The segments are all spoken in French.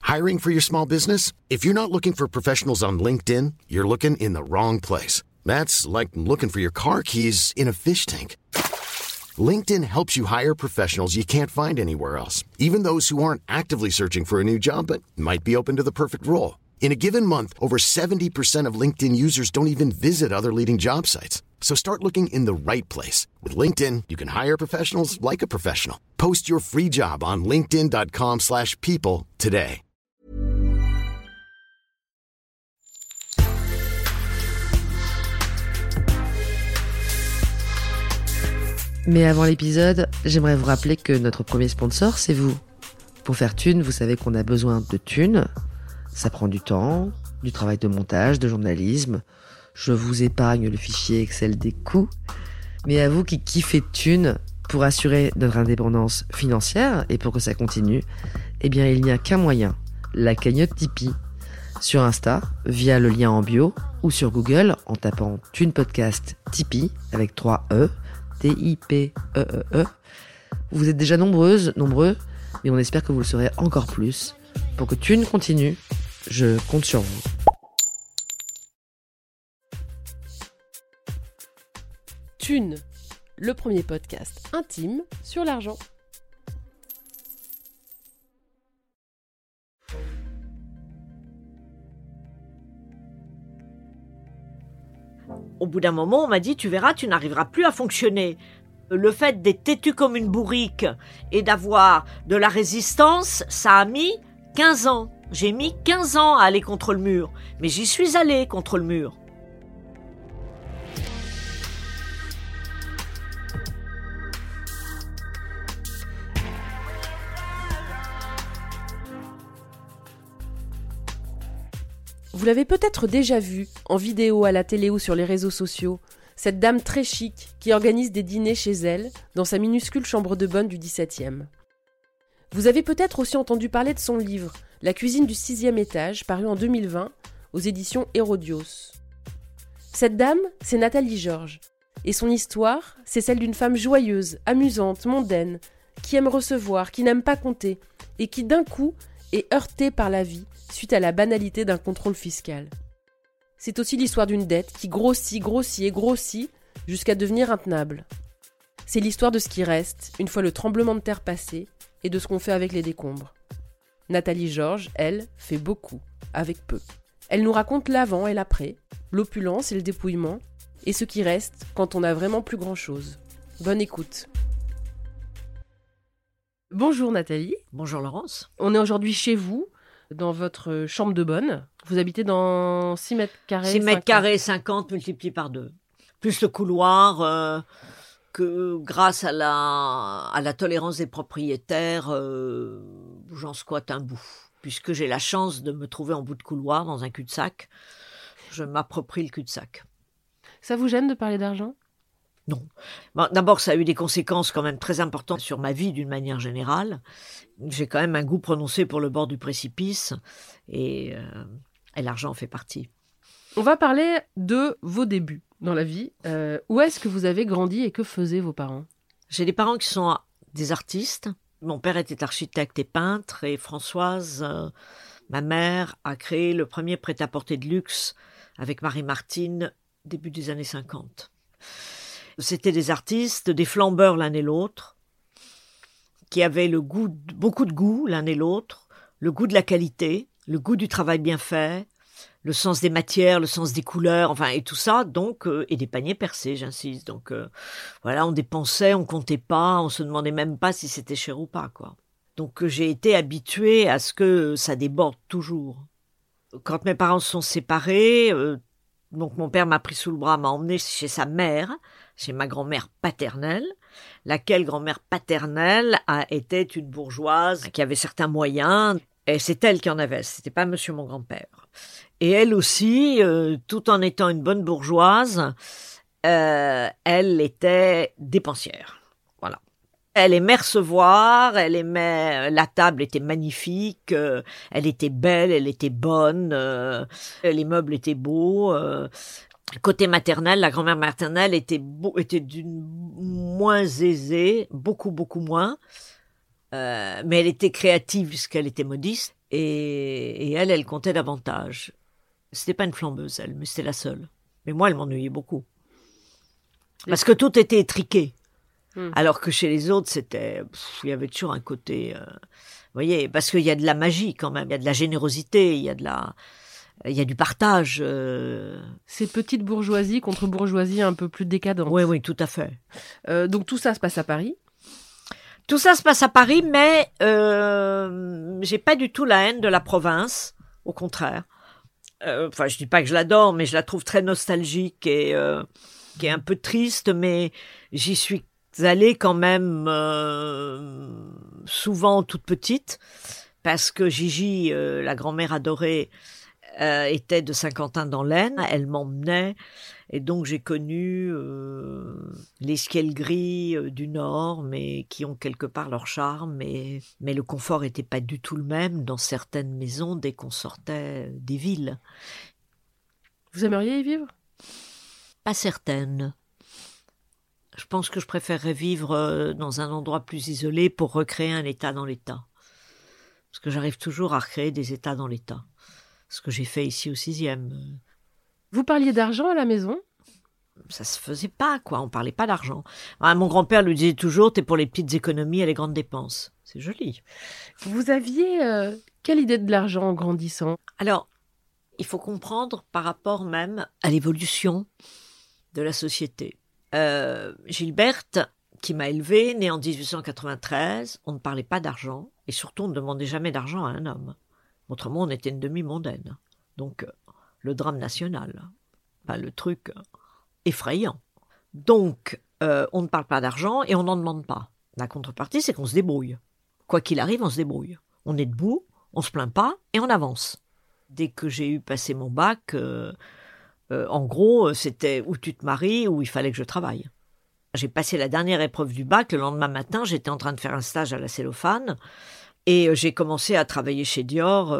Hiring for your small business? If you're not looking for professionals on LinkedIn, you're looking in the wrong place. That's like looking for your car keys in a fish tank. LinkedIn helps you hire professionals you can't find anywhere else, even those who aren't actively searching for a new job but might be open to the perfect role. In a given month, over 70% of LinkedIn users don't even visit other leading job sites. So start looking in the right place. With LinkedIn, you can hire professionals like a professional. Post your free job on linkedin.com/people today. Mais avant l'épisode, j'aimerais vous rappeler que notre premier sponsor, c'est vous. Pour faire thune, vous savez qu'on a besoin de thunes. Ça prend du temps, du travail de montage, de journalisme. Je vous épargne le fichier Excel des coûts. Mais à vous qui kiffez thunes, pour assurer notre indépendance financière et pour que ça continue, eh bien il n'y a qu'un moyen, la cagnotte Tipeee. Sur Insta, via le lien en bio, ou sur Google en tapant Thune Podcast Tipeee avec 3 E. T-I-P-E-E-E. Vous êtes déjà nombreux, mais on espère que vous le serez encore plus. Pour que Thune continue, je compte sur vous. Thune, le premier podcast intime sur l'argent. Au bout d'un moment, on m'a dit « Tu verras, tu n'arriveras plus à fonctionner ». Le fait d'être têtu comme une bourrique et d'avoir de la résistance, ça a mis 15 ans. J'ai mis 15 ans à aller contre le mur, mais j'y suis allée contre le mur. Vous l'avez peut-être déjà vu, en vidéo, à la télé ou sur les réseaux sociaux, cette dame très chic qui organise des dîners chez elle, dans sa minuscule chambre de bonne du 17e. Vous avez peut-être aussi entendu parler de son livre, La cuisine du 6e étage, paru en 2020, aux éditions Hérodios. Cette dame, c'est Nathalie Georges, et son histoire, c'est celle d'une femme joyeuse, amusante, mondaine, qui aime recevoir, qui n'aime pas compter, et qui d'un coup est heurtée par la vie, suite à la banalité d'un contrôle fiscal. C'est aussi l'histoire d'une dette qui grossit jusqu'à devenir intenable. C'est l'histoire de ce qui reste, une fois le tremblement de terre passé, et de ce qu'on fait avec les décombres. Nathalie Georges, elle, fait beaucoup, avec peu. Elle nous raconte l'avant et l'après, l'opulence et le dépouillement, et ce qui reste quand on n'a vraiment plus grand-chose. Bonne écoute. Bonjour Nathalie. Bonjour Laurence. On est aujourd'hui chez vous, dans votre chambre de bonne. Vous habitez dans 6 mètres carrés. 6 mètres carrés, 50 multiplié par 2. Plus le couloir, que grâce à la tolérance des propriétaires, j'en squatte un bout. Puisque j'ai la chance de me trouver en bout de couloir, dans un cul-de-sac, je m'approprie le cul-de-sac. Ça vous gêne de parler d'argent ? Non. Bon, d'abord, ça a eu des conséquences quand même très importantes sur ma vie d'une manière générale. J'ai quand même un goût prononcé pour le bord du précipice et l'argent en fait partie. On va parler de vos débuts dans la vie. Où est-ce que vous avez grandi et que faisaient vos parents ? J'ai des parents qui sont des artistes. Mon père était architecte et peintre et Françoise, ma mère, a créé le premier prêt-à-porter de luxe avec Marie-Martine début des années 50. C'était des artistes, des flambeurs l'un et l'autre, qui avaient beaucoup de goût l'un et l'autre, le goût de la qualité, le goût du travail bien fait, le sens des matières, le sens des couleurs, enfin et tout ça, donc et des paniers percés, j'insiste. Donc voilà, on dépensait, on comptait pas, on se demandait même pas si c'était cher ou pas, quoi. Donc j'ai été habituée à ce que ça déborde toujours. Quand mes parents se sont séparés, donc mon père m'a pris sous le bras, m'a emmené chez sa mère, chez ma grand-mère paternelle, laquelle grand-mère paternelle était une bourgeoise qui avait certains moyens, et c'est elle qui en avait, c'était pas monsieur mon grand-père. Et elle aussi, tout en étant une bonne bourgeoise, elle était dépensière. Voilà. Elle aimait recevoir, la table était magnifique, elle était belle, elle était bonne, les meubles étaient beaux. Côté maternel, la grand-mère maternelle était d'une moins aisée, beaucoup moins, mais elle était créative puisqu'elle était modiste. Et elle comptait davantage. C'était pas une flambeuse, elle, mais c'était la seule. Mais moi, elle m'ennuyait beaucoup. Parce que tout était étriqué. Alors que chez les autres, il y avait toujours un côté, vous voyez, parce qu'il y a de la magie quand même, il y a de la générosité, il y a du partage. C'est petite bourgeoisie contre bourgeoisie un peu plus décadente. Oui, tout à fait. Donc tout ça se passe à Paris. Tout ça se passe à Paris, mais j'ai pas du tout la haine de la province, au contraire. Enfin, je dis pas que je l'adore, mais je la trouve très nostalgique et qui est un peu triste, mais j'y suis allée quand même souvent toute petite, parce que Gigi, la grand-mère adorée, était de Saint-Quentin dans l'Aisne, elle m'emmenait, et donc j'ai connu les Schielgris du Nord, mais qui ont quelque part leur charme, mais le confort n'était pas du tout le même dans certaines maisons dès qu'on sortait des villes. Vous aimeriez y vivre ? Pas certaine. Je pense que je préférerais vivre dans un endroit plus isolé pour recréer un état dans l'état. Parce que j'arrive toujours à recréer des états dans l'état. Ce que j'ai fait ici au 6e. Vous parliez d'argent à la maison ? Ça se faisait pas, quoi. On parlait pas d'argent. Mon grand-père lui disait toujours, t'es pour les petites économies et les grandes dépenses. C'est joli. Vous aviez quelle idée de l'argent en grandissant ? Alors, il faut comprendre par rapport même à l'évolution de la société. Gilberte, qui m'a élevée, née en 1893, on ne parlait pas d'argent, et surtout on ne demandait jamais d'argent à un homme. Autrement, on était une demi-mondaine. Donc, le drame national. Enfin, le truc effrayant. Donc, on ne parle pas d'argent et on n'en demande pas. La contrepartie, c'est qu'on se débrouille. Quoi qu'il arrive, on se débrouille. On est debout, on se plaint pas et on avance. Dès que j'ai eu passé mon bac, en gros, c'était où tu te maries, où il fallait que je travaille. J'ai passé la dernière épreuve du bac. Le lendemain matin, j'étais en train de faire un stage à la Cellophane. Et j'ai commencé à travailler chez Dior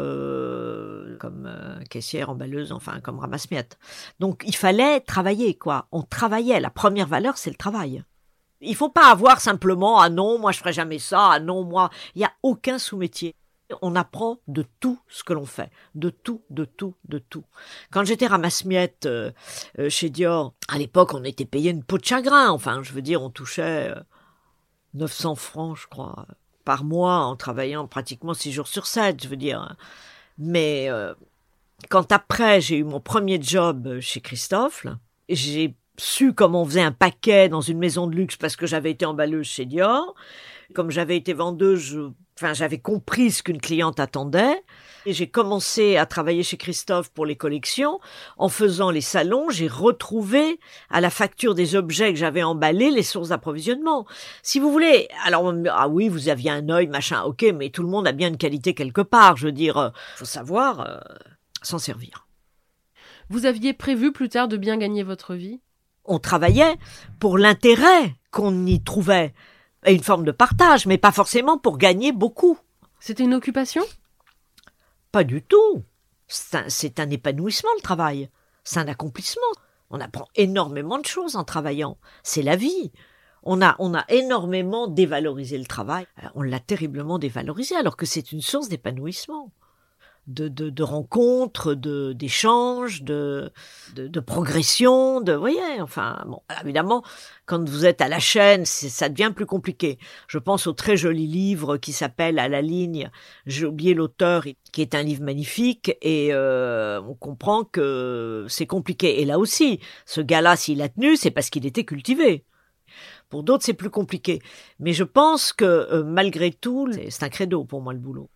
comme caissière, emballeuse, enfin comme ramasse-miettes. Donc il fallait travailler, quoi. On travaillait. La première valeur, c'est le travail. Il faut pas avoir simplement « Ah non, moi je ferai jamais ça. Ah non, moi… » Il n'y a aucun sous-métier. On apprend de tout ce que l'on fait. De tout, de tout, de tout. Quand j'étais ramasse-miettes chez Dior, à l'époque, on était payé une peau de chagrin. Enfin, je veux dire, on touchait 900 francs, je crois, par mois en travaillant pratiquement 6 jours sur 7, je veux dire. Mais quand après j'ai eu mon premier job chez Christophe, j'ai su comment on faisait un paquet dans une maison de luxe parce que j'avais été emballeuse chez Dior. Comme j'avais été vendeuse, j'avais compris ce qu'une cliente attendait. Et j'ai commencé à travailler chez Christophe pour les collections. En faisant les salons, j'ai retrouvé à la facture des objets que j'avais emballés les sources d'approvisionnement. Si vous voulez, alors, ah oui, vous aviez un œil, machin, ok, mais tout le monde a bien une qualité quelque part. Je veux dire, faut savoir s'en servir. Vous aviez prévu plus tard de bien gagner votre vie ? On travaillait pour l'intérêt qu'on y trouvait. Et une forme de partage, mais pas forcément pour gagner beaucoup. C'était une occupation ? Pas du tout. C'est un épanouissement, le travail. C'est un accomplissement. On apprend énormément de choses en travaillant. C'est la vie. On a énormément dévalorisé le travail. On l'a terriblement dévalorisé, alors que c'est une source d'épanouissement. De rencontres, d'échanges, de progression, vous voyez, enfin, bon, évidemment, quand vous êtes à la chaîne, ça devient plus compliqué. Je pense au très joli livre qui s'appelle « À la ligne », j'ai oublié l'auteur, qui est un livre magnifique, et on comprend que c'est compliqué. Et là aussi, ce gars-là, s'il a tenu, c'est parce qu'il était cultivé. Pour d'autres, c'est plus compliqué. Mais je pense que, malgré tout, c'est un credo pour moi, le boulot.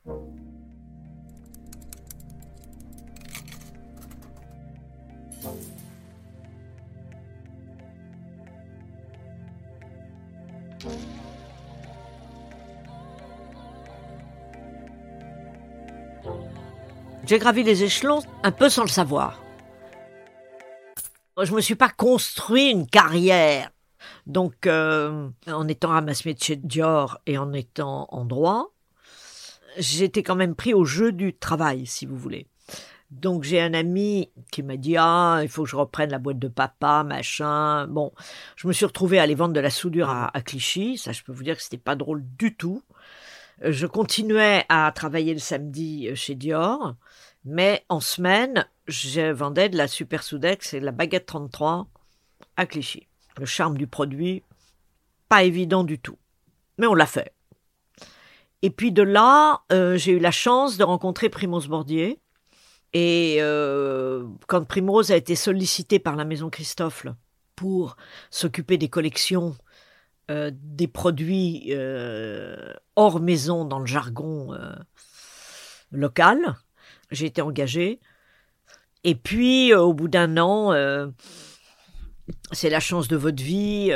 J'ai gravi les échelons un peu sans le savoir. Je me suis pas construit une carrière. Donc, en étant ramasse-miettes chez Dior et en étant en droit, j'étais quand même pris au jeu du travail, si vous voulez. Donc, j'ai un ami qui m'a dit « Ah, il faut que je reprenne la boîte de papa, machin. » Bon, je me suis retrouvée à aller vendre de la soudure à Clichy. Ça, je peux vous dire que c'était pas drôle du tout. Je continuais à travailler le samedi chez Dior, mais en semaine, je vendais de la Super Soudex et de la Baguette 33 à Clichy. Le charme du produit, pas évident du tout, mais on l'a fait. Et puis de là, j'ai eu la chance de rencontrer Primoz Bordier. Et quand Primoz a été sollicité par la maison Christofle pour s'occuper des collections des produits hors maison dans le jargon local, j'ai été engagée. Et puis, au bout d'un an, c'est la chance de votre vie.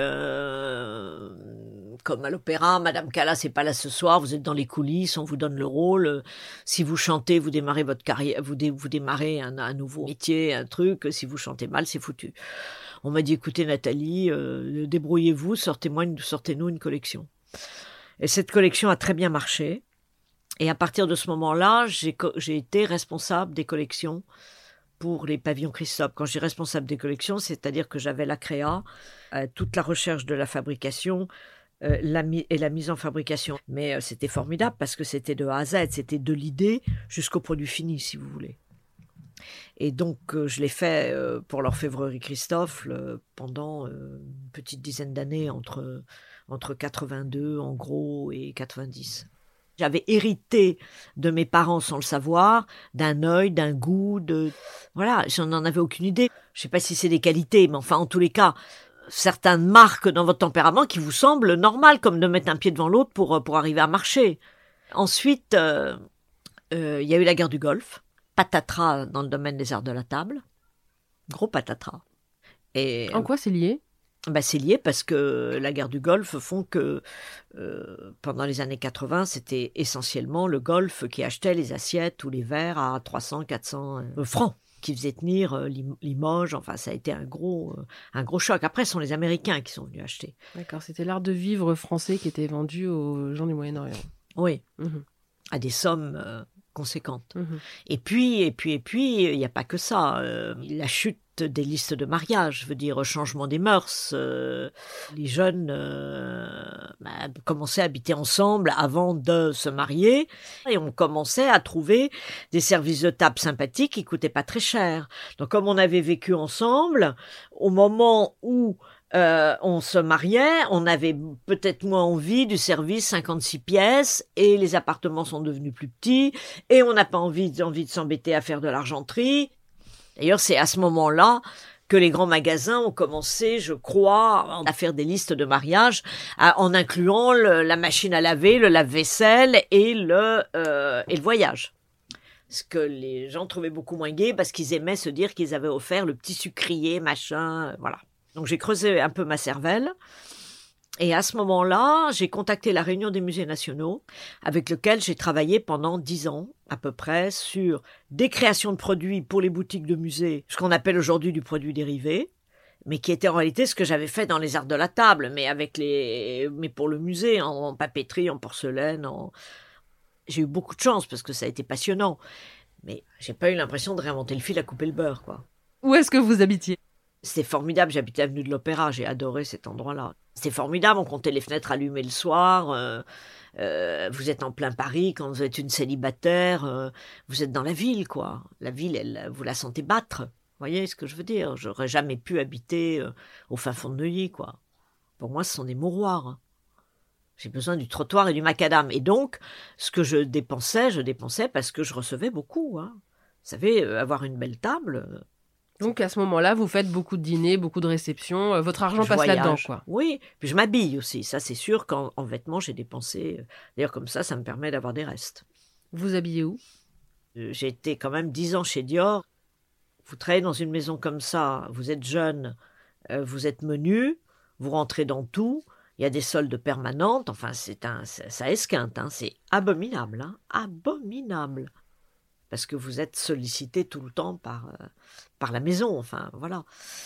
Comme à l'opéra, Madame Callas n'est pas là ce soir, vous êtes dans les coulisses, on vous donne le rôle. Si vous chantez, vous démarrez votre carrière, vous démarrez un nouveau métier, un truc. Si vous chantez mal, c'est foutu. On m'a dit, écoutez Nathalie, débrouillez-vous, sortez-nous une collection. Et cette collection a très bien marché. Et à partir de ce moment-là, j'ai été responsable des collections pour les pavillons Christophe. Quand je dis responsable des collections, c'est-à-dire que j'avais la créa, toute la recherche de la fabrication, et la mise en fabrication. Mais c'était formidable parce que c'était de A à Z, c'était de l'idée jusqu'au produit fini, si vous voulez. Et donc, je l'ai fait pour l'orfèvrerie Christophe pendant une petite dizaine d'années, entre 82 en gros et 90. J'avais hérité de mes parents sans le savoir, d'un œil, d'un goût, voilà, je n'en avais aucune idée. Je ne sais pas si c'est des qualités, mais enfin, en tous les cas, certaines marques dans votre tempérament qui vous semblent normales, comme de mettre un pied devant l'autre pour arriver à marcher. Ensuite, y a eu la guerre du Golfe, patatras dans le domaine des arts de la table, gros patatras. Et en quoi c'est lié ? C'est lié parce que la guerre du Golfe font que pendant les années 80, c'était essentiellement le Golfe qui achetait les assiettes ou les verres à 300, 400 francs, qui faisait tenir Limoges. Enfin, ça a été un gros choc. Après, ce sont les Américains qui sont venus acheter. D'accord, c'était l'art de vivre français qui était vendu aux gens du Moyen-Orient. Oui, à des sommes conséquentes. Et puis, il n'y a pas que ça. La chute des listes de mariage, je veux dire, changement des mœurs. Les jeunes commençaient à habiter ensemble avant de se marier et on commençait à trouver des services de table sympathiques qui coûtaient pas très cher. Donc, comme on avait vécu ensemble, au moment où on se mariait, on avait peut-être moins envie du service 56 pièces et les appartements sont devenus plus petits et on n'a pas envie de s'embêter à faire de l'argenterie. D'ailleurs, c'est à ce moment-là que les grands magasins ont commencé, je crois, à faire des listes de mariage en incluant la machine à laver, le lave-vaisselle et le voyage. Ce que les gens trouvaient beaucoup moins gai parce qu'ils aimaient se dire qu'ils avaient offert le petit sucrier, machin, voilà. Donc j'ai creusé un peu ma cervelle. Et à ce moment-là, j'ai contacté la Réunion des musées nationaux, avec lequel j'ai travaillé pendant 10 ans, à peu près, sur des créations de produits pour les boutiques de musées, ce qu'on appelle aujourd'hui du produit dérivé, mais qui était en réalité ce que j'avais fait dans les arts de la table, mais pour le musée, en papeterie, en porcelaine. J'ai eu beaucoup de chance parce que ça a été passionnant, mais j'ai pas eu l'impression de réinventer le fil à couper le beurre, quoi. Où est-ce que vous habitiez ? C'était formidable, j'habitais avenue de l'Opéra, j'ai adoré cet endroit-là. C'était formidable, on comptait les fenêtres allumées le soir, vous êtes en plein Paris quand vous êtes une célibataire, vous êtes dans la ville, quoi. La ville, vous la sentez battre, vous voyez ce que je veux dire ? J'aurais jamais pu habiter au fin fond de Neuilly, quoi. Pour moi, ce sont des mouroirs. J'ai besoin du trottoir et du macadam. Et donc, ce que je dépensais parce que je recevais beaucoup. Hein. Vous savez, avoir une belle table... Donc à ce moment-là, vous faites beaucoup de dîners, beaucoup de réceptions, votre argent passe là-dedans, quoi. Oui, puis je m'habille aussi, ça c'est sûr qu'en vêtements j'ai dépensé, d'ailleurs comme ça me permet d'avoir des restes. Vous habillez où ? J'ai été quand même 10 ans chez Dior. Vous travaillez dans une maison comme ça, vous êtes jeune, vous êtes menu, vous rentrez dans tout, il y a des soldes permanentes, enfin ça esquinte, hein, c'est abominable, hein, abominable. Parce que vous êtes sollicité tout le temps par la maison, enfin, voilà.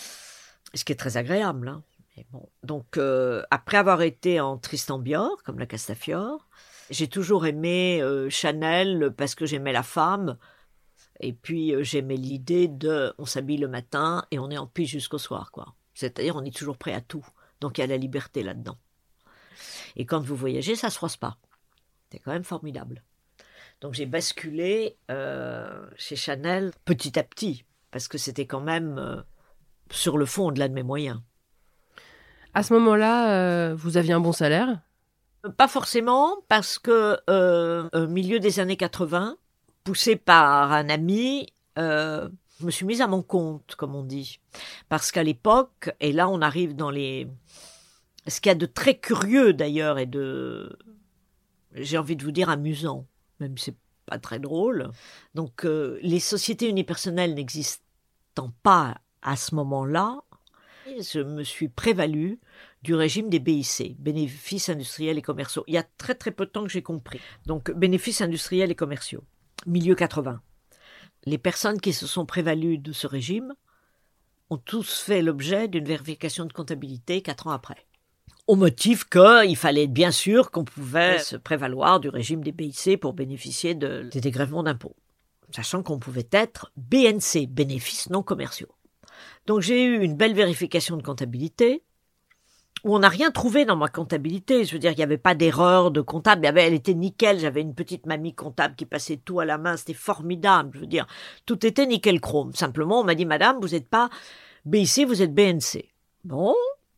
Ce qui est très agréable, hein. Mais bon. Donc, après avoir été en Tristan Bior, comme la Castafiore, j'ai toujours aimé Chanel parce que j'aimais la femme. Et puis, j'aimais l'idée on s'habille le matin et on est en pige jusqu'au soir, quoi. C'est-à-dire, on est toujours prêt à tout. Donc, il y a la liberté là-dedans. Et quand vous voyagez, ça se froisse pas. C'était quand même formidable. Donc j'ai basculé chez Chanel petit à petit, parce que c'était quand même sur le fond au-delà de mes moyens. À ce moment-là, vous aviez un bon salaire ? Pas forcément, parce que au milieu des années 80, poussée par un ami, je me suis mise à mon compte, comme on dit. Parce qu'à l'époque, et là on arrive dans les... Ce qu'il y a de très curieux d'ailleurs, et de... j'ai envie de vous dire amusant, même si c'est pas très drôle. Donc les sociétés unipersonnelles n'existant pas à ce moment-là, je me suis prévalue du régime des BIC, bénéfices industriels et commerciaux. Il y a très très peu de temps que j'ai compris. Donc bénéfices industriels et commerciaux, milieu 80. Les personnes qui se sont prévalues de ce régime ont tous fait l'objet d'une vérification de comptabilité 4 ans après. Au motif qu'il fallait être bien sûr qu'on pouvait se prévaloir du régime des BIC pour bénéficier des dégrèvements d'impôts, sachant qu'on pouvait être BNC, bénéfices non commerciaux. Donc j'ai eu une belle vérification de comptabilité, où on n'a rien trouvé dans ma comptabilité. Je veux dire, il n'y avait pas d'erreur de comptable. Elle était nickel. J'avais une petite mamie comptable qui passait tout à la main. C'était formidable. Je veux dire, tout était nickel chrome. Simplement, on m'a dit, madame, vous n'êtes pas BIC, vous êtes BNC. Bon.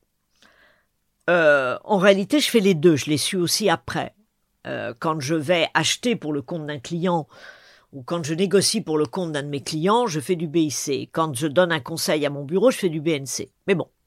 En réalité, je fais les deux. Je l'ai su aussi après. Quand je vais acheter pour le compte d'un client ou quand je négocie pour le compte d'un de mes clients, je fais du BIC. Quand je donne un conseil à mon bureau, je fais du BNC. Mais bon.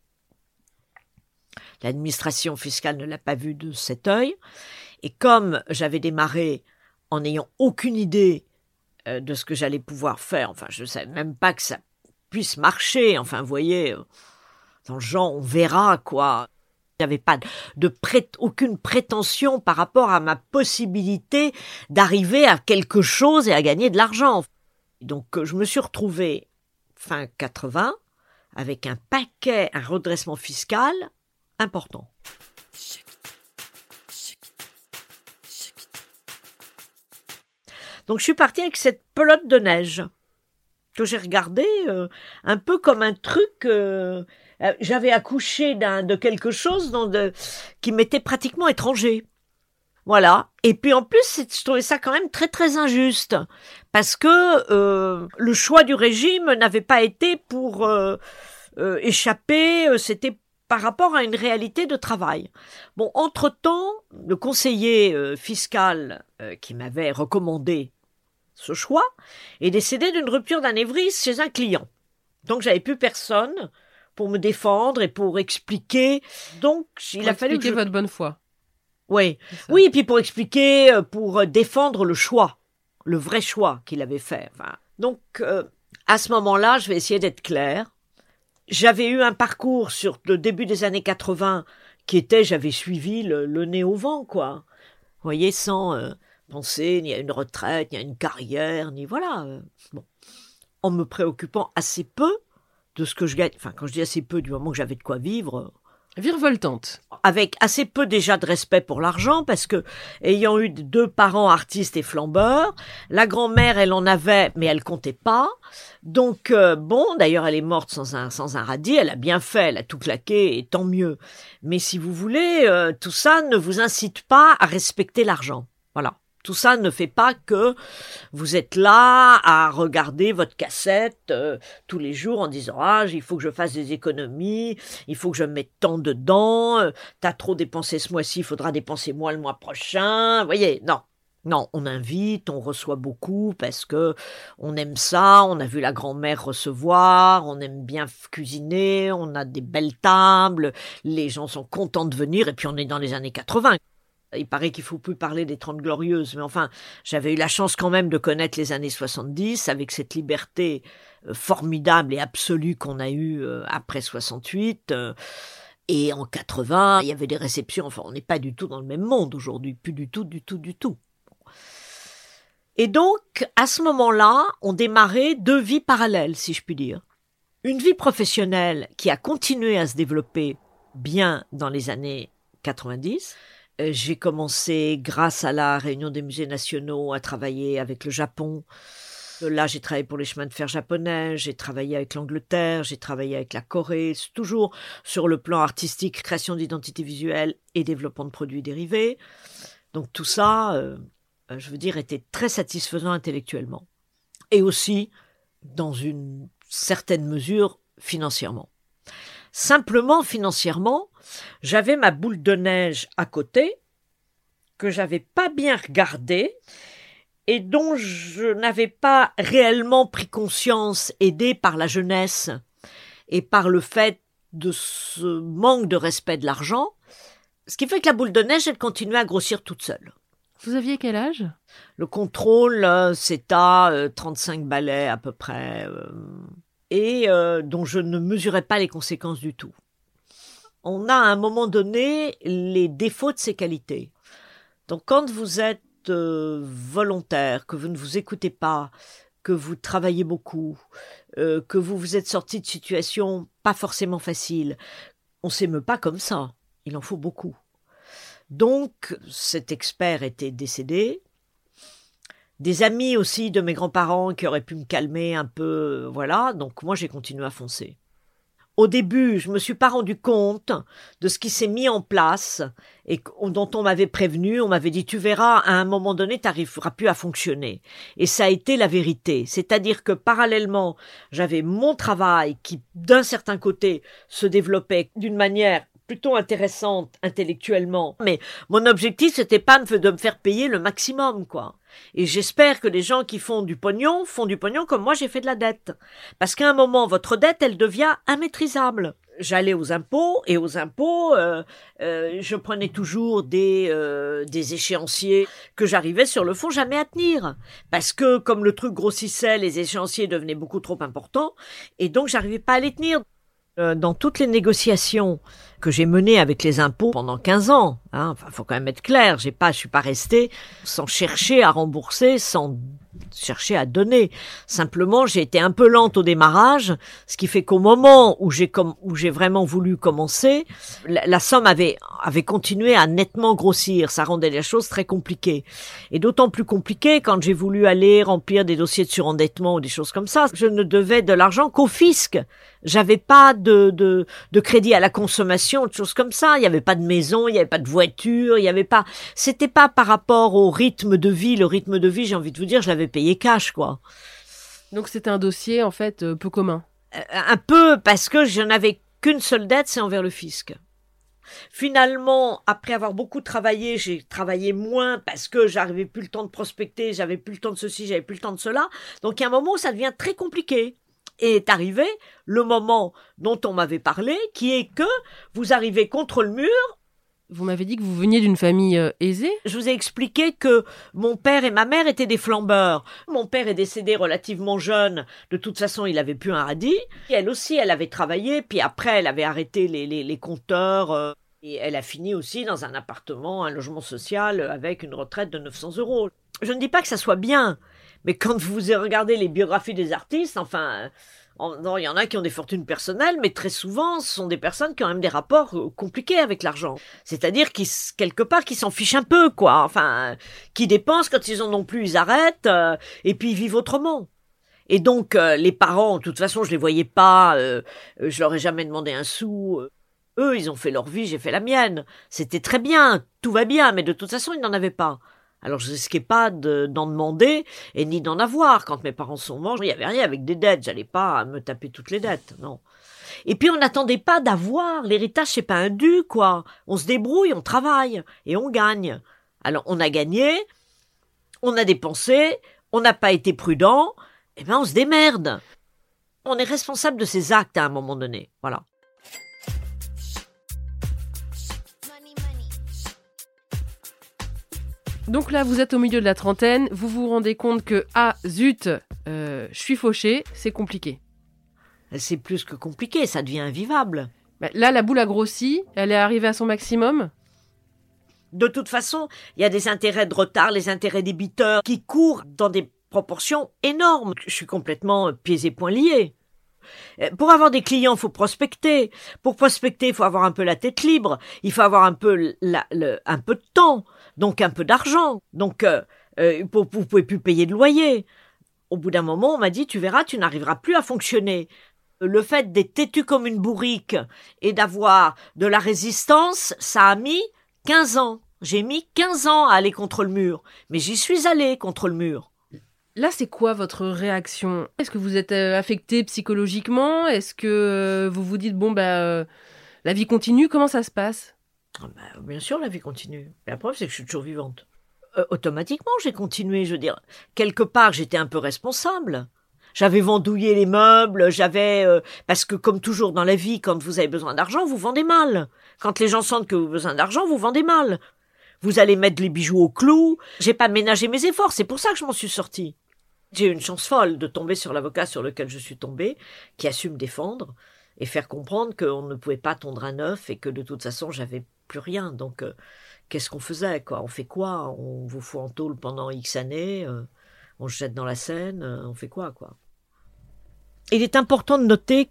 L'administration fiscale ne l'a pas vu de cet œil. Et comme j'avais démarré en n'ayant aucune idée de ce que j'allais pouvoir faire, enfin, je ne savais même pas que ça puisse marcher. Enfin, vous voyez, dans le genre, on verra, quoi. Il n'y avait pas aucune prétention par rapport à ma possibilité d'arriver à quelque chose et à gagner de l'argent. Donc, je me suis retrouvée fin 80 avec un redressement fiscal important. Donc je suis partie avec cette pelote de neige que j'ai regardée un peu comme un truc. J'avais accouché de quelque chose qui m'était pratiquement étranger. Voilà. Et puis en plus, je trouvais ça quand même très très injuste parce que le choix du régime n'avait pas été pour échapper. C'était par rapport à une réalité de travail. Bon, entre-temps, le conseiller fiscal qui m'avait recommandé ce choix est décédé d'une rupture d'anévrisme chez un client. Donc, j'avais plus personne pour me défendre et pour expliquer. Donc, il a fallu expliquer votre bonne foi. Oui, oui, et puis pour expliquer, pour défendre le choix, le vrai choix qu'il avait fait. Enfin, donc, à ce moment-là, je vais essayer d'être claire. J'avais eu un parcours sur le début des années 80 qui était, j'avais suivi le nez au vent, quoi. Vous voyez, sans penser ni à une retraite, ni à une carrière, ni voilà. Bon. En me préoccupant assez peu de ce que je gagne. Enfin, quand je dis assez peu, du moment que j'avais de quoi vivre. Virevoltante. Avec assez peu déjà de respect pour l'argent, parce que, ayant eu 2 parents artistes et flambeurs, la grand-mère, elle en avait, mais elle comptait pas. Donc, bon, d'ailleurs, elle est morte sans un radis, elle a bien fait, elle a tout claqué, et tant mieux. Mais si vous voulez, tout ça ne vous incite pas à respecter l'argent. Voilà. Tout ça ne fait pas que vous êtes là à regarder votre cassette tous les jours en disant « Ah, il faut que je fasse des économies, il faut que je mette tant dedans, t'as trop dépensé ce mois-ci, il faudra dépenser moins le mois prochain. » Vous voyez, non. Non, on invite, on reçoit beaucoup parce que on aime ça, on a vu la grand-mère recevoir, on aime bien cuisiner, on a des belles tables, les gens sont contents de venir et puis on est dans les années 80. Il paraît qu'il ne faut plus parler des 30 glorieuses, mais enfin, j'avais eu la chance quand même de connaître les années 70 avec cette liberté formidable et absolue qu'on a eue après 68. Et en 80, il y avait des réceptions. Enfin, on n'est pas du tout dans le même monde aujourd'hui, plus du tout, du tout, du tout. Et donc, à ce moment-là, on démarrait 2 vies parallèles, si je puis dire. Une vie professionnelle qui a continué à se développer bien dans les années 90. J'ai commencé, grâce à la Réunion des musées nationaux, à travailler avec le Japon. Là, j'ai travaillé pour les chemins de fer japonais, j'ai travaillé avec l'Angleterre, j'ai travaillé avec la Corée, toujours sur le plan artistique, création d'identité visuelle et développement de produits dérivés. Donc tout ça, je veux dire, était très satisfaisant intellectuellement. Et aussi, dans une certaine mesure, financièrement. Simplement, financièrement, j'avais ma boule de neige à côté, que j'avais pas bien regardée, et dont je n'avais pas réellement pris conscience, aidée par la jeunesse et par le fait de ce manque de respect de l'argent, ce qui fait que la boule de neige, elle continuait à grossir toute seule. Vous aviez quel âge ? Le contrôle, c'est à 35 balais à peu près, et dont je ne mesurais pas les conséquences du tout. On a à un moment donné les défauts de ces qualités. Donc quand vous êtes volontaire, que vous ne vous écoutez pas, que vous travaillez beaucoup, que vous vous êtes sorti de situations pas forcément faciles, on ne s'émeut pas comme ça, il en faut beaucoup. Donc cet expert était décédé, des amis aussi de mes grands-parents qui auraient pu me calmer un peu, voilà, donc moi j'ai continué à foncer. Au début, je ne me suis pas rendu compte de ce qui s'est mis en place et dont on m'avait prévenu. On m'avait dit, tu verras, à un moment donné, tu n'arriveras plus à fonctionner. Et ça a été la vérité. C'est-à-dire que parallèlement, j'avais mon travail qui, d'un certain côté, se développait d'une manière plutôt intéressante intellectuellement. Mais mon objectif, c'était pas de me faire payer le maximum, quoi. Et j'espère que les gens qui font du pognon comme moi j'ai fait de la dette. Parce qu'à un moment, votre dette, elle devient immaîtrisable. J'allais aux impôts, et aux impôts, je prenais toujours des échéanciers que j'arrivais sur le fond jamais à tenir. Parce que comme le truc grossissait, les échéanciers devenaient beaucoup trop importants, et donc j'arrivais pas à les tenir. Dans toutes les négociations que j'ai menées avec les impôts pendant 15 ans, faut quand même être clair, je suis pas restée sans chercher à rembourser, sans chercher à donner. Simplement, j'ai été un peu lente au démarrage, ce qui fait qu'au moment où j'ai vraiment voulu commencer, la somme avait continué à nettement grossir. Ça rendait les choses très compliquées. Et d'autant plus compliquées quand j'ai voulu aller remplir des dossiers de surendettement ou des choses comme ça. Je ne devais de l'argent qu'au fisc. J'avais pas de crédit à la consommation, de choses comme ça. Il y avait pas de maison, il y avait pas de voiture, il y avait pas, c'était pas par rapport au rythme de vie. Le rythme de vie, j'ai envie de vous dire, je l'avais payé cash, quoi. Donc c'était un dossier, en fait, peu commun. Un peu, parce que je n'avais qu'une seule dette, c'est envers le fisc. Finalement, après avoir beaucoup travaillé, j'ai travaillé moins parce que j'avais plus le temps de prospecter, j'avais plus le temps de ceci, j'avais plus le temps de cela. Donc il y a un moment où ça devient très compliqué. Et est arrivé le moment dont on m'avait parlé, qui est que vous arrivez contre le mur. Vous m'avez dit que vous veniez d'une famille aisée. Je vous ai expliqué que mon père et ma mère étaient des flambeurs. Mon père est décédé relativement jeune. De toute façon, il avait plus un radis. Et elle aussi, elle avait travaillé. Puis après, elle avait arrêté les compteurs. Et elle a fini aussi dans un appartement, un logement social avec une retraite de 900 €. Je ne dis pas que ça soit bien. Mais quand vous regardez les biographies des artistes, non, il y en a qui ont des fortunes personnelles, mais très souvent, ce sont des personnes qui ont même des rapports compliqués avec l'argent. C'est-à-dire quelque part, qui s'en fichent un peu, quoi. Enfin, qui dépensent quand ils en ont plus, ils arrêtent, et puis ils vivent autrement. Et donc, les parents, de toute façon, je les voyais pas, je leur ai jamais demandé un sou. Eux, ils ont fait leur vie, j'ai fait la mienne. C'était très bien, tout va bien, mais de toute façon, ils n'en avaient pas. Alors, je risquais pas d'en demander et ni d'en avoir. Quand mes parents sont morts, il n'y avait rien avec des dettes. J'allais pas me taper toutes les dettes, non. Et puis, on n'attendait pas d'avoir. L'héritage, c'est pas un dû, quoi. On se débrouille, on travaille et on gagne. Alors, on a gagné, on a dépensé, on n'a pas été prudent, eh ben, on se démerde. On est responsable de ses actes à un moment donné. Voilà. Donc là, vous êtes au milieu de la trentaine, vous vous rendez compte que, zut, je suis fauché, c'est compliqué. C'est plus que compliqué, ça devient invivable. Là, la boule a grossi, elle est arrivée à son maximum. De toute façon, il y a des intérêts de retard, les intérêts débiteurs qui courent dans des proportions énormes. Je suis complètement pieds et poings liés. Pour avoir des clients, il faut prospecter. Pour prospecter, il faut avoir un peu la tête libre. Il faut avoir un peu un peu de temps, donc un peu d'argent. Donc, vous pouvez plus payer de loyer. Au bout d'un moment, on m'a dit, tu verras, tu n'arriveras plus à fonctionner. Le fait d'être têtu comme une bourrique et d'avoir de la résistance, ça a mis 15 ans. J'ai mis 15 ans à aller contre le mur, mais j'y suis allée contre le mur. Là, c'est quoi votre réaction? Est-ce que vous êtes affecté psychologiquement? Est-ce que vous vous dites, la vie continue? Comment ça se passe? Bien sûr, la vie continue. La preuve, c'est que je suis toujours vivante. Automatiquement, j'ai continué. Je veux dire, quelque part, j'étais un peu responsable. J'avais vendouillé les meubles, parce que comme toujours dans la vie, quand vous avez besoin d'argent, vous vendez mal. Quand les gens sentent que vous avez besoin d'argent, vous vendez mal. Vous allez mettre les bijoux au clou. J'ai pas ménagé mes efforts, c'est pour ça que je m'en suis sortie. J'ai eu une chance folle de tomber sur l'avocat sur lequel je suis tombée, qui a su me défendre et faire comprendre qu'on ne pouvait pas tondre un œuf et que de toute façon, j'avais plus rien. Donc, qu'est-ce qu'on faisait, quoi? On fait quoi? On vous fout en tôle pendant X années, on se jette dans la Seine, on fait quoi? Il est important de noter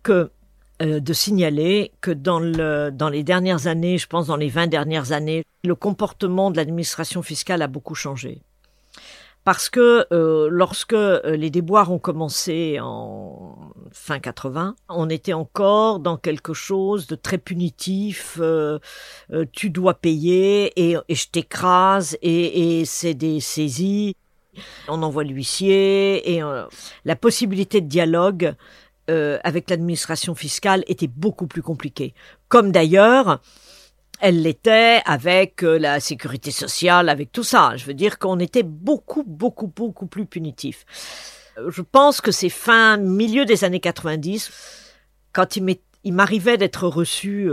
de signaler que dans les dernières années, je pense dans les 20 dernières années, le comportement de l'administration fiscale a beaucoup changé. Parce que lorsque les déboires ont commencé en fin 80, on était encore dans quelque chose de très punitif. Tu dois payer et je t'écrase et c'est des saisies. On envoie l'huissier et la possibilité de dialogue avec l'administration fiscale était beaucoup plus compliquée. Comme d'ailleurs, elle l'était avec la sécurité sociale, avec tout ça. Je veux dire qu'on était beaucoup plus punitif. Je pense que c'est milieu des années 90, quand il m'arrivait d'être reçu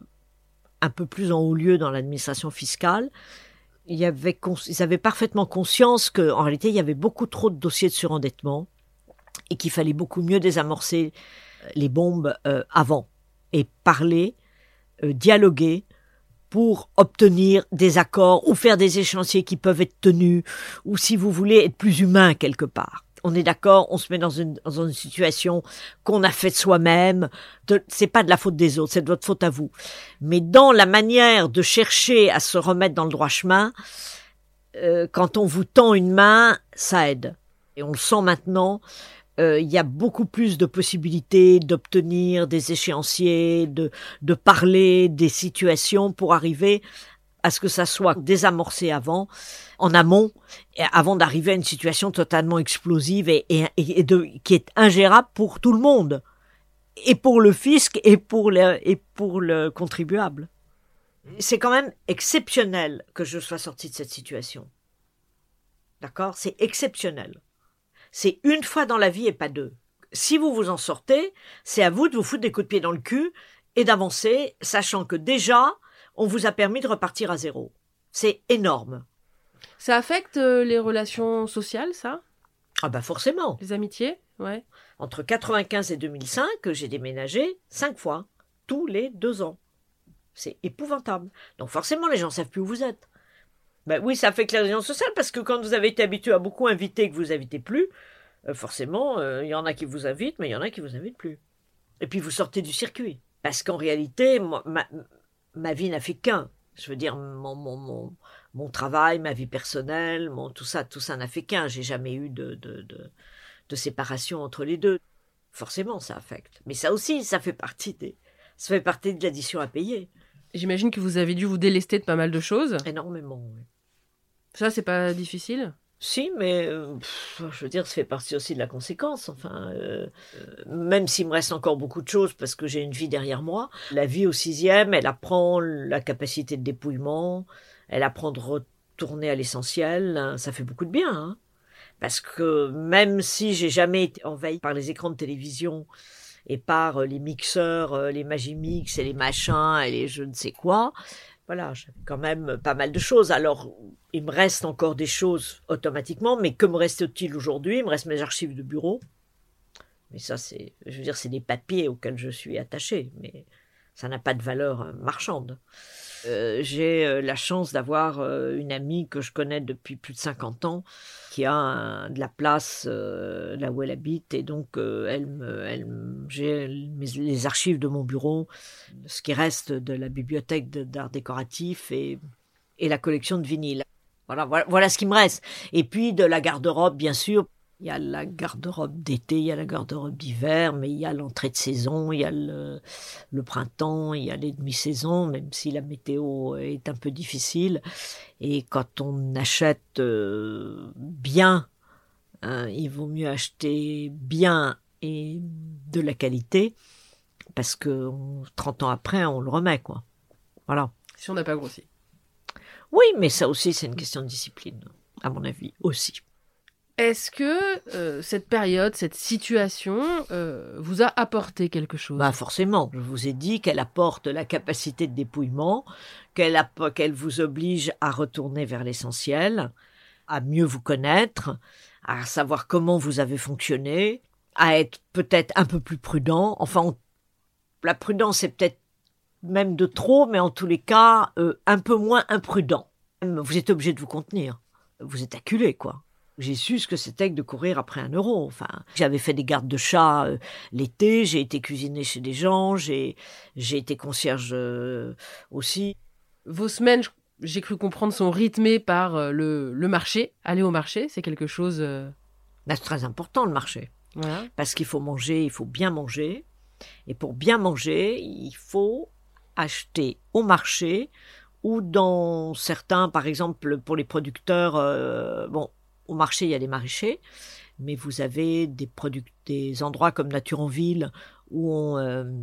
un peu plus en haut lieu dans l'administration fiscale, ils avaient parfaitement conscience qu'en réalité, il y avait beaucoup trop de dossiers de surendettement et qu'il fallait beaucoup mieux désamorcer les bombes avant et parler, dialoguer pour obtenir des accords ou faire des échéanciers qui peuvent être tenus ou, si vous voulez, être plus humain quelque part. On est d'accord, on se met dans une situation qu'on a faite soi-même. C'est pas de la faute des autres, c'est de votre faute à vous. Mais dans la manière de chercher à se remettre dans le droit chemin, quand on vous tend une main, ça aide. Et on le sent maintenant. Il y a beaucoup plus de possibilités d'obtenir des échéanciers, de parler des situations pour arriver à ce que ça soit désamorcé en amont, avant d'arriver à une situation totalement explosive qui est ingérable pour tout le monde, et pour le fisc et pour le contribuable. C'est quand même exceptionnel que je sois sortie de cette situation. D'accord ? C'est exceptionnel. C'est une fois dans la vie et pas deux. Si vous vous en sortez, c'est à vous de vous foutre des coups de pied dans le cul et d'avancer, sachant que déjà, on vous a permis de repartir à zéro. C'est énorme. Ça affecte les relations sociales, ça? Ah bah forcément. Les amitiés, ouais. Entre 95 et 2005, j'ai déménagé 5 fois, tous les 2 ans. C'est épouvantable. Donc forcément, les gens ne savent plus où vous êtes. Ben oui, ça affecte les relations sociales parce que quand vous avez été habitué à beaucoup inviter et que vous n'invitez plus, forcément, il y en a qui vous invitent, mais il y en a qui vous invitent plus. Et puis vous sortez du circuit. Parce qu'en réalité, ma vie n'a fait qu'un. Je veux dire, mon travail, ma vie personnelle, tout ça n'a fait qu'un. J'ai jamais eu de séparation entre les deux. Forcément, ça affecte. Mais ça aussi, ça fait partie de l'addition à payer. J'imagine que vous avez dû vous délester de pas mal de choses. Énormément, oui. Ça, c'est pas difficile? Si, mais je veux dire, ça fait partie aussi de la conséquence. Enfin, même s'il me reste encore beaucoup de choses parce que j'ai une vie derrière moi, la vie au 6e, elle apprend la capacité de dépouillement, elle apprend de retourner à l'essentiel. Ça fait beaucoup de bien, hein. Parce que même si j'ai jamais été envahi par les écrans de télévision et par les mixeurs, les Magimix et les machins et les je ne sais quoi, voilà, j'avais quand même pas mal de choses. Alors, il me reste encore des choses automatiquement, mais que me reste-t-il aujourd'hui? Il me reste mes archives de bureau. Mais ça, c'est des papiers auxquels je suis attachée, mais ça n'a pas de valeur marchande. J'ai la chance d'avoir une amie que je connais depuis plus de 50 ans, qui a de la place là où elle habite, et donc j'ai les archives de mon bureau, ce qui reste de la bibliothèque d'art décoratif et la collection de vinyles. Voilà ce qui me reste. Et puis de la garde-robe, bien sûr. Il y a la garde-robe d'été, il y a la garde-robe d'hiver, mais il y a l'entrée de saison, il y a le printemps, il y a les demi-saisons, même si la météo est un peu difficile. Et quand on achète bien, il vaut mieux acheter bien et de la qualité, parce que 30 ans après, on le remet, quoi. Voilà. Si on n'a pas grossi. Oui, mais ça aussi, c'est une question de discipline, à mon avis, aussi. Est-ce que cette période, cette situation vous a apporté quelque chose ? Bah forcément, je vous ai dit qu'elle apporte la capacité de dépouillement, qu'elle vous oblige à retourner vers l'essentiel, à mieux vous connaître, à savoir comment vous avez fonctionné, à être peut-être un peu plus prudent. Enfin, la prudence est peut-être même de trop, mais en tous les cas, un peu moins imprudent. Vous êtes obligé de vous contenir. Vous êtes acculé, quoi. J'ai su ce que c'était que de courir après 1 euro. Enfin, j'avais fait des gardes de chat l'été, j'ai été cuisiner chez des gens, j'ai été concierge aussi. Vos semaines, j'ai cru comprendre, sont rythmées par le marché. Aller au marché, c'est quelque chose... Là, c'est très important, le marché. Voilà. Parce qu'il faut manger, il faut bien manger. Et pour bien manger, il faut acheter au marché ou dans certains, par exemple, pour les producteurs... Au marché, il y a des maraîchers, mais vous avez des endroits comme Nature en Ville où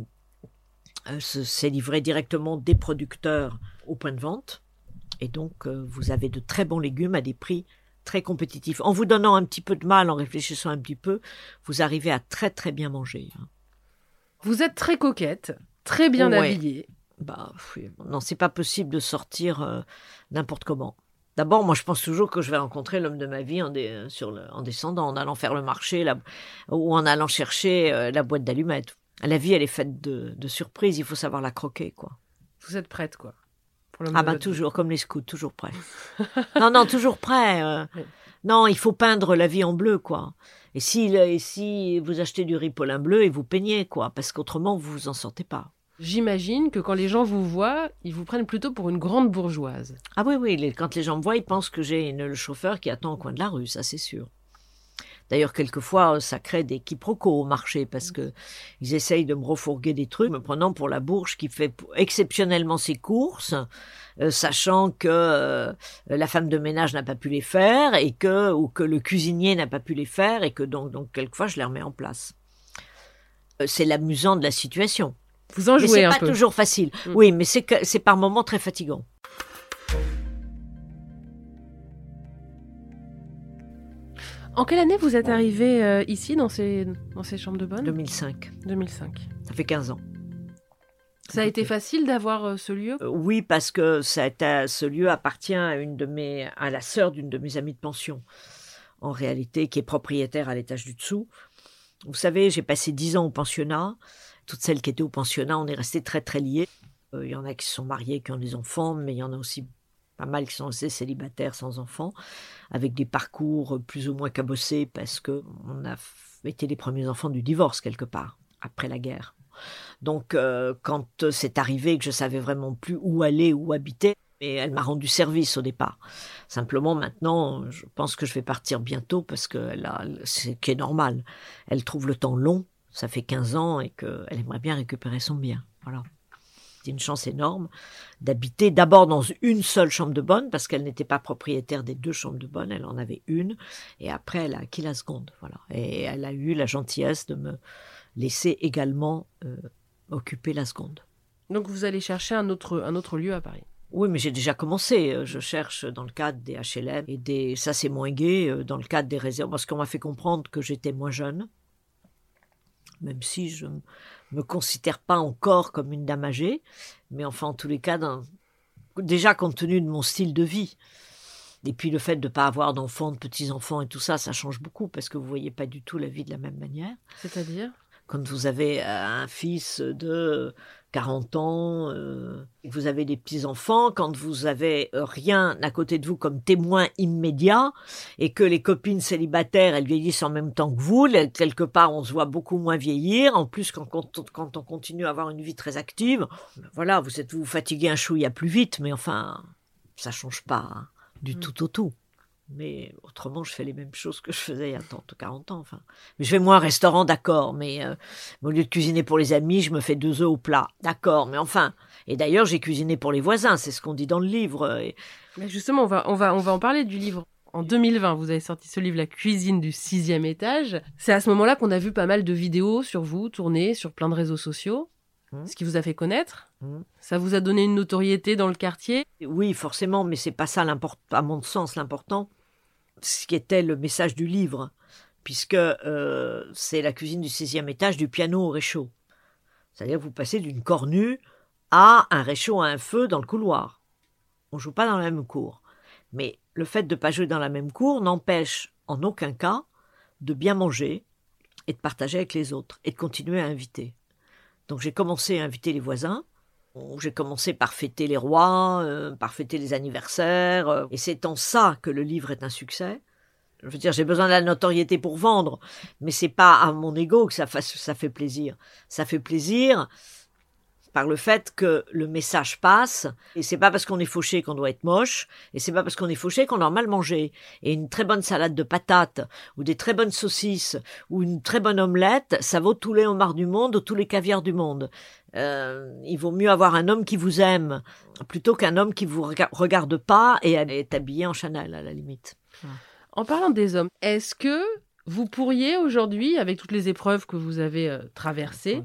c'est livré directement des producteurs au point de vente. Et donc, vous avez de très bons légumes à des prix très compétitifs. En vous donnant un petit peu de mal, en réfléchissant un petit peu, vous arrivez à très très bien manger. Vous êtes très coquette, très bien habillée. Non, c'est pas possible de sortir n'importe comment. D'abord, moi, je pense toujours que je vais rencontrer l'homme de ma vie en descendant, en allant faire le marché ou en allant chercher la boîte d'allumettes. La vie, elle est faite de surprises. Il faut savoir la croquer, quoi. Vous êtes prête, quoi. Toujours, comme les scouts, toujours prêt. Non, toujours prêt. Oui. Non, il faut peindre la vie en bleu, quoi. Et si vous achetez du riz Paulin bleu et vous peignez, quoi, parce qu'autrement, vous vous en sortez pas. J'imagine que quand les gens vous voient, ils vous prennent plutôt pour une grande bourgeoise. Ah oui, quand les gens me voient, ils pensent que j'ai le chauffeur qui attend au coin de la rue, ça c'est sûr. D'ailleurs, quelquefois, ça crée des quiproquos au marché parce que ils essayent de me refourguer des trucs, me prenant pour la bourge qui fait exceptionnellement ses courses, sachant que la femme de ménage n'a pas pu les faire ou que le cuisinier n'a pas pu les faire et que donc quelquefois, je les remets en place. C'est l'amusant de la situation. Vous en jouez un peu. Mais c'est pas toujours facile. Oui, mais c'est par moments très fatigant. En quelle année vous êtes arrivé ici, dans ces chambres de bonne ? 2005. 2005. Ça fait 15 ans. Ça a été facile d'avoir ce lieu ? Oui, parce que ce lieu appartient à la sœur d'une de mes amies de pension, en réalité, qui est propriétaire à l'étage du dessous. Vous savez, j'ai passé 10 ans au pensionnat. Toutes celles qui étaient au pensionnat, on est restés très très liés. Il y en a qui se sont mariés, qui ont des enfants, mais il y en a aussi pas mal qui sont restés célibataires sans enfants, avec des parcours plus ou moins cabossés parce qu'on a été les premiers enfants du divorce quelque part, après la guerre. Donc quand c'est arrivé que je savais vraiment plus où aller, où habiter, et elle m'a rendu service au départ. Simplement maintenant, je pense que je vais partir bientôt parce que c'est qui est normal. Elle trouve le temps long. Ça fait 15 ans et qu'elle aimerait bien récupérer son bien. Voilà. C'est une chance énorme d'habiter d'abord dans une seule chambre de bonne parce qu'elle n'était pas propriétaire des 2 chambres de bonne, elle en avait une et après elle a acquis la seconde. Voilà. Et elle a eu la gentillesse de me laisser également occuper la seconde. Donc vous allez chercher un autre lieu à Paris ? Oui, mais j'ai déjà commencé. Je cherche dans le cadre des HLM et ça c'est moins gai, dans le cadre des réserves parce qu'on m'a fait comprendre que j'étais moins jeune. Même si je ne me considère pas encore comme une dame âgée, mais enfin, en tous les cas, déjà compte tenu de mon style de vie, et puis le fait de ne pas avoir d'enfants, de petits-enfants et tout ça, ça change beaucoup, parce que vous ne voyez pas du tout la vie de la même manière. C'est-à-dire ? Quand vous avez un fils de 40 ans, et que vous avez des petits-enfants, quand vous avez rien à côté de vous comme témoin immédiat, et que les copines célibataires, elles vieillissent en même temps que vous, quelque part on se voit beaucoup moins vieillir, en plus quand on continue à avoir une vie très active, voilà, vous fatiguez un chouïa plus vite, mais enfin, ça change pas du tout au tout. Mais autrement, je fais les mêmes choses que je faisais il y a 30 ou 40 ans. Enfin. Mais je vais moins au restaurant, d'accord. Mais au lieu de cuisiner pour les amis, je me fais 2 œufs au plat. D'accord, mais enfin. Et d'ailleurs, j'ai cuisiné pour les voisins. C'est ce qu'on dit dans le livre. Mais justement, on va en parler du livre. En 2020, vous avez sorti ce livre, La cuisine du 6e étage. C'est à ce moment-là qu'on a vu pas mal de vidéos sur vous, tournées sur plein de réseaux sociaux. Ce qui vous a fait connaître. Ça vous a donné une notoriété dans le quartier. Oui, forcément, mais c'est pas ça à mon sens l'important. Ce qui était le message du livre, puisque c'est la cuisine du 6e étage, du piano au réchaud. C'est-à-dire que vous passez d'une cornue à un réchaud, à un feu dans le couloir. On ne joue pas dans la même cour. Mais le fait de ne pas jouer dans la même cour n'empêche en aucun cas de bien manger et de partager avec les autres et de continuer à inviter. Donc j'ai commencé à inviter les voisins. J'ai commencé par fêter les rois, par fêter les anniversaires. Et c'est en ça que le livre est un succès. Je veux dire, j'ai besoin de la notoriété pour vendre, mais c'est pas à mon ego que ça fait plaisir. Ça fait plaisir par le fait que le message passe. Et c'est pas parce qu'on est fauché qu'on doit être moche. Et c'est pas parce qu'on est fauché qu'on doit mal manger. Et une très bonne salade de patates, ou des très bonnes saucisses, ou une très bonne omelette, ça vaut tous les homards du monde ou tous les caviars du monde. Il vaut mieux avoir un homme qui vous aime plutôt qu'un homme qui vous regarde pas et est habillé en Chanel à la limite. En parlant des hommes, est-ce que vous pourriez aujourd'hui, avec toutes les épreuves que vous avez traversées,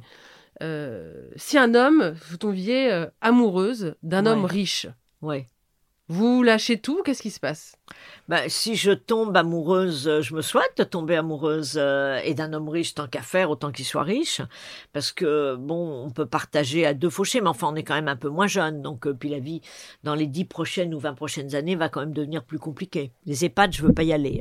si un homme, vous tombiez amoureuse d'un homme riche, vous lâchez tout, qu'est-ce qui se passe ? Si je tombe amoureuse, je me souhaite de tomber amoureuse et d'un homme riche, tant qu'à faire, autant qu'il soit riche, parce que on peut partager à 2 fauchés, mais enfin on est quand même un peu moins jeune, donc puis la vie dans les 10 prochaines ou 20 prochaines années va quand même devenir plus compliquée. Les EHPAD, je veux pas y aller,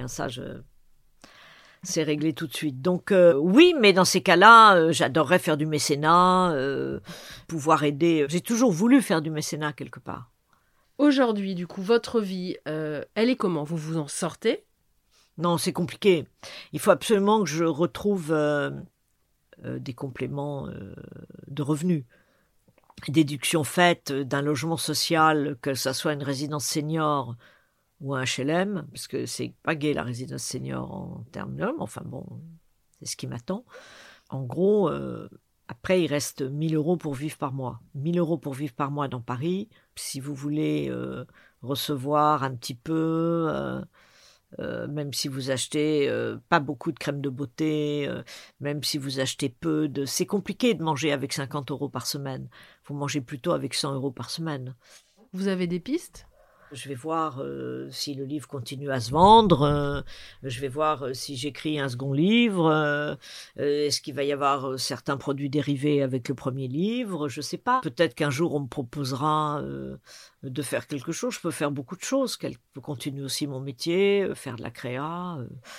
c'est réglé tout de suite. Donc oui, mais dans ces cas-là, j'adorerais faire du mécénat, pouvoir aider. J'ai toujours voulu faire du mécénat quelque part. Aujourd'hui, du coup, votre vie, elle est comment ? Vous vous en sortez ? Non, c'est compliqué. Il faut absolument que je retrouve des compléments de revenus. Déduction faite d'un logement social, que ce soit une résidence senior ou un HLM, parce que c'est pas gai la résidence senior en termes d'hommes, enfin bon, c'est ce qui m'attend. En gros, après, il reste 1 000 € pour vivre par mois. 1 000 € pour vivre par mois dans Paris. Si vous voulez recevoir un petit peu, même si vous achetez pas beaucoup de crème de beauté, même si vous achetez peu de... C'est compliqué de manger avec 50 € par semaine. Il faut manger plutôt avec 100 € par semaine. Vous avez des pistes ? Je vais voir si le livre continue à se vendre. Je vais voir si j'écris un second livre. Est-ce qu'il va y avoir certains produits dérivés avec le premier livre ? Je ne sais pas. Peut-être qu'un jour, on me proposera de faire quelque chose. Je peux faire beaucoup de choses. Je peux continuer aussi mon métier, faire de la créa,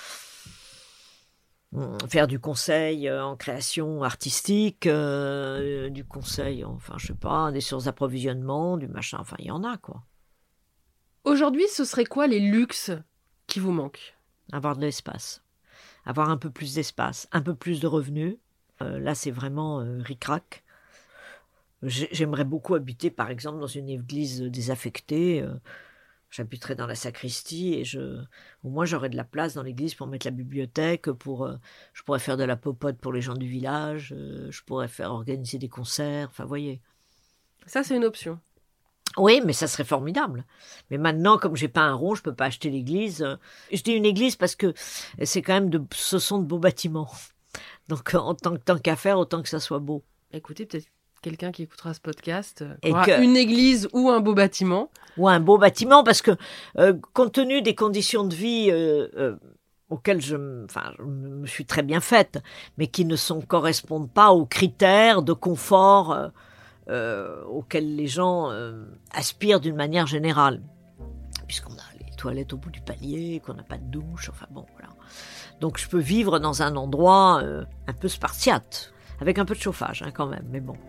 faire du conseil en création artistique, du conseil, enfin, je sais pas, des sources d'approvisionnement, du machin. Enfin, il y en a, quoi. Aujourd'hui, ce serait quoi les luxes qui vous manquent ? Avoir de l'espace. Avoir un peu plus d'espace, un peu plus de revenus. Là, c'est vraiment ric-rac. J'aimerais beaucoup habiter, par exemple, dans une église désaffectée. J'habiterais dans la sacristie et au moins j'aurais de la place dans l'église pour mettre la bibliothèque, je pourrais faire de la popote pour les gens du village, je pourrais organiser des concerts, enfin, voyez. Ça, c'est une option. Oui, mais ça serait formidable. Mais maintenant, comme j'ai pas un rond, je peux pas acheter l'église. Je dis une église parce que c'est quand même ce sont de beaux bâtiments. Donc, tant qu'à faire, autant que ça soit beau. Écoutez, peut-être quelqu'un qui écoutera ce podcast aura une église ou un beau bâtiment. Ou un beau bâtiment, parce que compte tenu des conditions de vie auxquelles je me suis très bien faite, mais qui ne correspondent pas aux critères de confort auxquels les gens aspirent d'une manière générale, puisqu'on a les toilettes au bout du palier, qu'on n'a pas de douche, enfin bon, voilà. Donc je peux vivre dans un endroit un peu spartiate, avec un peu de chauffage quand même, mais bon.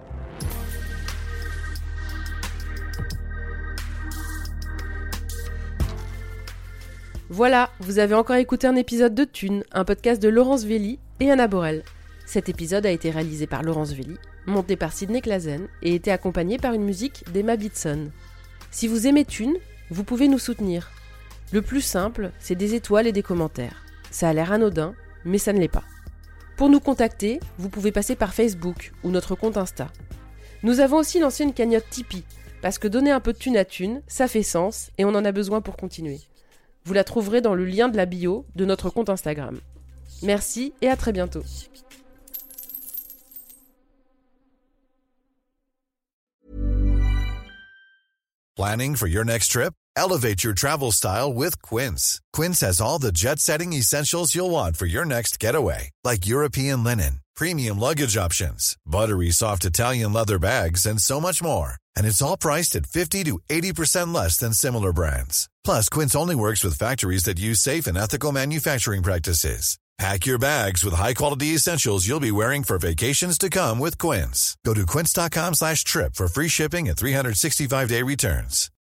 Voilà, vous avez encore écouté un épisode de Thune, un podcast de Laurence Velli et Anna Borel. Cet épisode a été réalisé par Laurence Velli, monté par Sidney Clazen et été accompagné par une musique d'Emma Bitson. Si vous aimez Thune, vous pouvez nous soutenir. Le plus simple, c'est des étoiles et des commentaires. Ça a l'air anodin, mais ça ne l'est pas. Pour nous contacter, vous pouvez passer par Facebook ou notre compte Insta. Nous avons aussi lancé une cagnotte Tipeee, parce que donner un peu de thune à thune, ça fait sens et on en a besoin pour continuer. Vous la trouverez dans le lien de la bio de notre compte Instagram. Merci et à très bientôt. Planning for your next trip? Elevate your travel style with Quince. Quince has all the jet-setting essentials you'll want for your next getaway, like European linen, premium luggage options, buttery soft Italian leather bags, and so much more. And it's all priced at 50 to 80% less than similar brands. Plus, Quince only works with factories that use safe and ethical manufacturing practices. Pack your bags with high-quality essentials you'll be wearing for vacations to come with Quince. Go to quince.com/trip for free shipping and 365-day returns.